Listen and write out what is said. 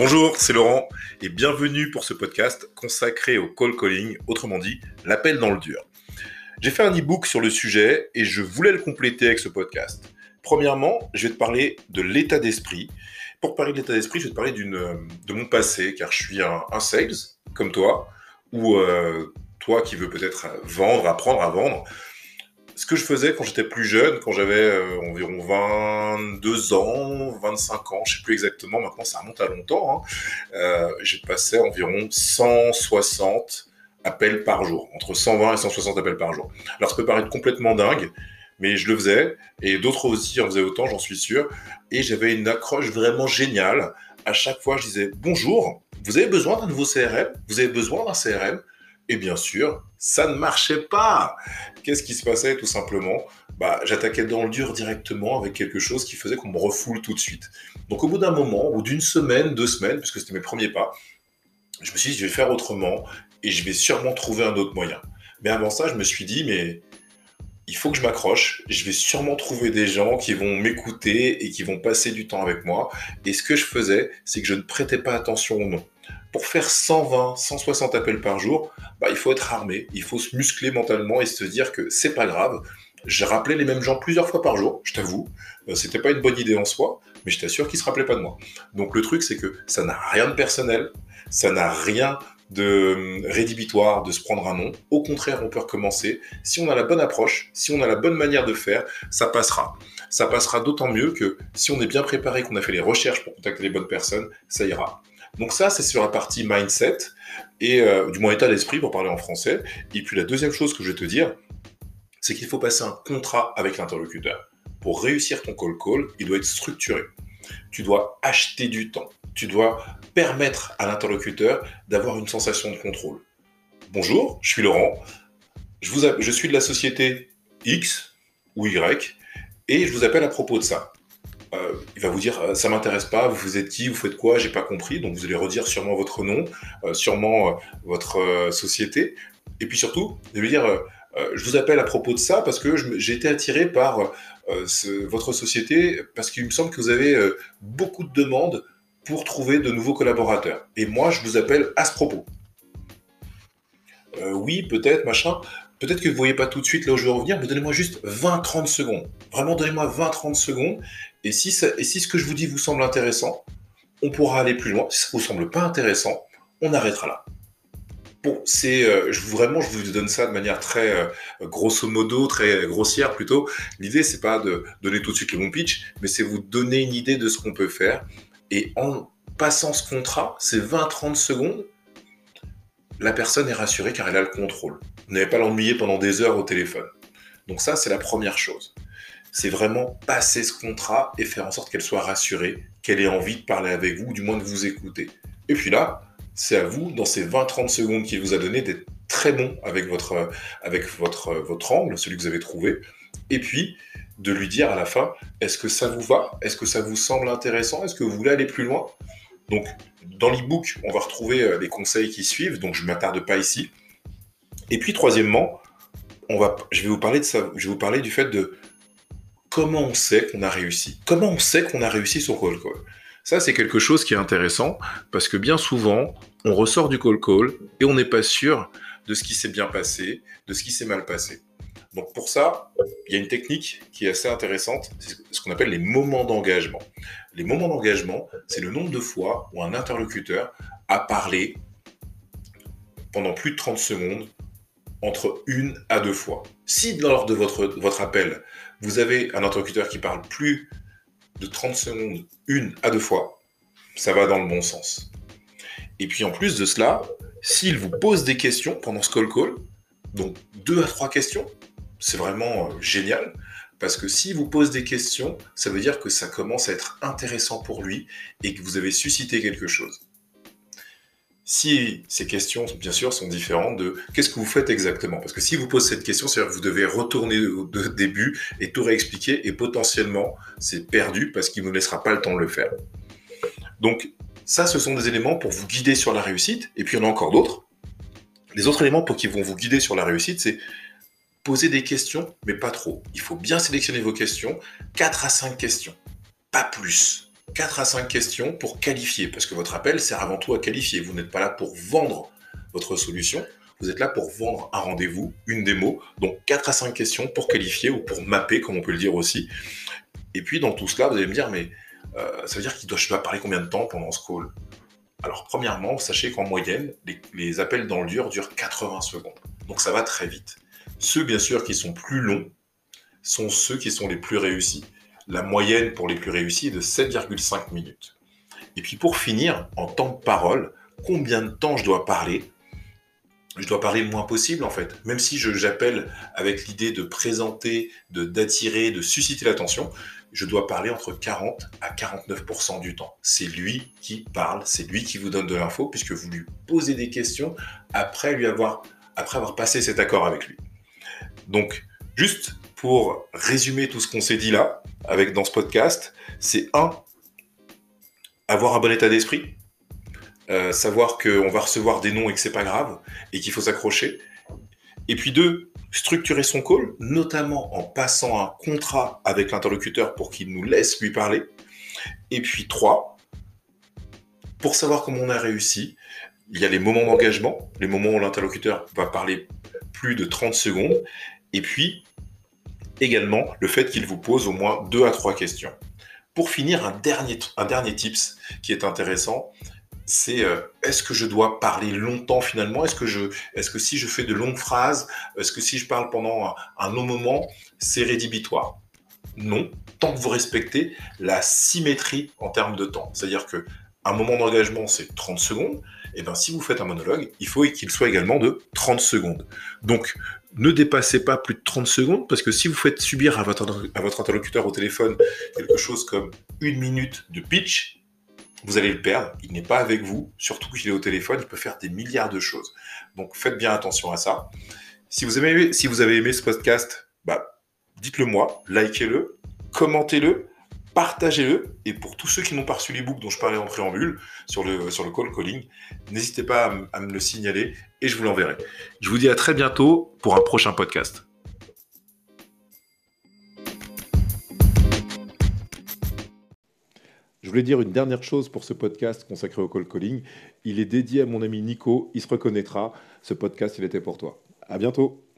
Bonjour, c'est Laurent et bienvenue pour ce podcast consacré au cold calling, autrement dit, l'appel dans le dur. J'ai fait un e-book sur le sujet et je voulais le compléter avec ce podcast. Premièrement, je vais te parler de l'état d'esprit. Pour parler de l'état d'esprit, je vais te parler de mon passé, car je suis un sales, comme toi, ou toi qui veux peut-être vendre, apprendre à vendre. Ce que je faisais quand j'étais plus jeune, quand j'avais environ 22 ans, 25 ans, je sais plus exactement, maintenant ça remonte à longtemps, je passais environ 160 appels par jour, entre 120 et 160 appels par jour. Alors ça peut paraître complètement dingue, mais je le faisais, et d'autres aussi en faisaient autant, j'en suis sûr, et j'avais une accroche vraiment géniale. À chaque fois, je disais « Bonjour, vous avez besoin d'un nouveau CRM ? Vous avez besoin d'un CRM ?» Et bien sûr, ça ne marchait pas. Qu'est-ce qui se passait tout simplement ? J'attaquais dans le dur directement avec quelque chose qui faisait qu'on me refoule tout de suite. Donc au bout d'un moment, ou d'une semaine, 2 semaines, puisque c'était mes premiers pas, je me suis dit je vais faire autrement et je vais sûrement trouver un autre moyen. Mais avant ça, je me suis dit mais il faut que je m'accroche, je vais sûrement trouver des gens qui vont m'écouter et qui vont passer du temps avec moi. Et ce que je faisais, c'est que je ne prêtais pas attention au nom. Pour faire 120, 160 appels par jour, il faut être armé, il faut se muscler mentalement et se dire que c'est pas grave. J'ai rappelé les mêmes gens plusieurs fois par jour, je t'avoue. C'était pas une bonne idée en soi, mais je t'assure qu'ils se rappelaient pas de moi. Donc le truc, c'est que ça n'a rien de personnel, ça n'a rien de rédhibitoire de se prendre un nom. Au contraire, on peut recommencer. Si on a la bonne approche, si on a la bonne manière de faire, ça passera. Ça passera d'autant mieux que si on est bien préparé, qu'on a fait les recherches pour contacter les bonnes personnes, ça ira. Donc ça, c'est sur la partie mindset, et du moins état d'esprit pour parler en français. Et puis la deuxième chose que je vais te dire, c'est qu'il faut passer un contrat avec l'interlocuteur. Pour réussir ton call, il doit être structuré. Tu dois acheter du temps. Tu dois permettre à l'interlocuteur d'avoir une sensation de contrôle. Bonjour, je suis Laurent. Je suis de la société X ou Y et je vous appelle à propos de ça. Il va vous dire ça m'intéresse pas, vous êtes qui, vous faites quoi, j'ai pas compris. Donc vous allez redire sûrement votre nom, sûrement votre société, et puis surtout vous allez lui dire je vous appelle à propos de ça parce que j'ai été attiré par votre société parce qu'il me semble que vous avez beaucoup de demandes pour trouver de nouveaux collaborateurs. Et moi je vous appelle à ce propos. Oui, peut-être, machin. Peut-être que vous ne voyez pas tout de suite là où je vais revenir, mais donnez-moi juste 20-30 secondes. Vraiment, donnez-moi 20-30 secondes. Et si ce que je vous dis vous semble intéressant, on pourra aller plus loin. Si ça ne vous semble pas intéressant, on arrêtera là. Bon, je vous donne ça de manière très grosso modo, très grossière plutôt. L'idée, c'est pas de donner tout de suite le bon pitch, mais c'est vous donner une idée de ce qu'on peut faire. Et en passant ce contrat, ces 20-30 secondes, la personne est rassurée car elle a le contrôle. Vous n'allez pas l'ennuyer pendant des heures au téléphone. Donc ça, c'est la première chose. C'est vraiment passer ce contrat et faire en sorte qu'elle soit rassurée, qu'elle ait envie de parler avec vous, ou du moins de vous écouter. Et puis là, c'est à vous, dans ces 20-30 secondes qu'il vous a donné, d'être très bon avec votre angle, celui que vous avez trouvé. Et puis, de lui dire à la fin, est-ce que ça vous va ? Est-ce que ça vous semble intéressant ? Est-ce que vous voulez aller plus loin ? Donc, dans l'e-book, on va retrouver les conseils qui suivent, donc je ne m'attarde pas ici. Et puis, troisièmement, je vais vous parler de ça. Je vais vous parler du fait de comment on sait qu'on a réussi. Comment on sait qu'on a réussi son call call. Ça, c'est quelque chose qui est intéressant parce que bien souvent, on ressort du call call et on n'est pas sûr de ce qui s'est bien passé, de ce qui s'est mal passé. Donc pour ça, il y a une technique qui est assez intéressante, c'est ce qu'on appelle les moments d'engagement. Les moments d'engagement, c'est le nombre de fois où un interlocuteur a parlé pendant plus de 30 secondes, entre 1 à 2 fois. Si lors de votre appel, vous avez un interlocuteur qui parle plus de 30 secondes, 1 à 2 fois, ça va dans le bon sens. Et puis en plus de cela, s'il vous pose des questions pendant ce call, donc 2 à 3 questions, c'est vraiment génial, parce que s'il vous pose des questions, ça veut dire que ça commence à être intéressant pour lui et que vous avez suscité quelque chose. Si ces questions, bien sûr, sont différentes de « qu'est-ce que vous faites exactement ?» Parce que s'il vous pose cette question, c'est-à-dire que vous devez retourner au début et tout réexpliquer, et potentiellement, c'est perdu parce qu'il ne vous laissera pas le temps de le faire. Donc, ça, ce sont des éléments pour vous guider sur la réussite, et puis il y en a encore d'autres. Les autres éléments qui vont vous guider sur la réussite, c'est poser des questions, mais pas trop. Il faut bien sélectionner vos questions, 4 à 5 questions, pas plus. 4 à 5 questions pour qualifier, parce que votre appel sert avant tout à qualifier. Vous n'êtes pas là pour vendre votre solution, vous êtes là pour vendre un rendez-vous, une démo, donc 4 à 5 questions pour qualifier ou pour mapper, comme on peut le dire aussi. Et puis dans tout cela, vous allez me dire, mais ça veut dire que je dois parler combien de temps pendant ce call? Alors premièrement, sachez qu'en moyenne, les appels dans le dur durent 80 secondes. Donc ça va très vite. Ceux bien sûr qui sont plus longs sont ceux qui sont les plus réussis. La moyenne pour les plus réussis est de 7,5 minutes. Et puis pour finir, en temps de parole, combien de temps je dois parler? Je dois parler le moins possible en fait. Même si j'appelle avec l'idée de présenter, d'attirer, de susciter l'attention, je dois parler entre 40 à 49% du temps. C'est lui qui parle, c'est lui qui vous donne de l'info puisque vous lui posez des questions après avoir passé cet accord avec lui. Donc, juste pour résumer tout ce qu'on s'est dit là, dans ce podcast, c'est avoir un bon état d'esprit, savoir qu'on va recevoir des noms et que c'est pas grave, et qu'il faut s'accrocher. Et puis 2, structurer son call, notamment en passant un contrat avec l'interlocuteur pour qu'il nous laisse lui parler. Et puis 3, pour savoir comment on a réussi, il y a les moments d'engagement, les moments où l'interlocuteur va parler plus de 30 secondes, et puis également le fait qu'il vous pose au moins 2 à 3 questions. Pour finir, un dernier tips qui est intéressant, c'est est-ce que je dois parler longtemps finalement? Est-ce que si je fais de longues phrases, est-ce que si je parle pendant un long moment, c'est rédhibitoire? Non, tant que vous respectez la symétrie en termes de temps. C'est-à-dire que un moment d'engagement, c'est 30 secondes. Et bien, si vous faites un monologue, il faut qu'il soit également de 30 secondes. Donc, ne dépassez pas plus de 30 secondes, parce que si vous faites subir à votre interlocuteur au téléphone quelque chose comme 1 minute de pitch, vous allez le perdre, il n'est pas avec vous, surtout qu'il est au téléphone, il peut faire des milliards de choses. Donc faites bien attention à ça. Si vous avez aimé ce podcast, dites-le moi, likez-le, commentez-le, partagez-le, et pour tous ceux qui n'ont pas reçu l'ebook dont je parlais en préambule sur le call calling, n'hésitez pas à me le signaler et je vous l'enverrai. Je vous dis à très bientôt pour un prochain podcast. Je voulais dire une dernière chose pour ce podcast consacré au call calling. Il est dédié à mon ami Nico, il se reconnaîtra. Ce podcast, il était pour toi. À bientôt.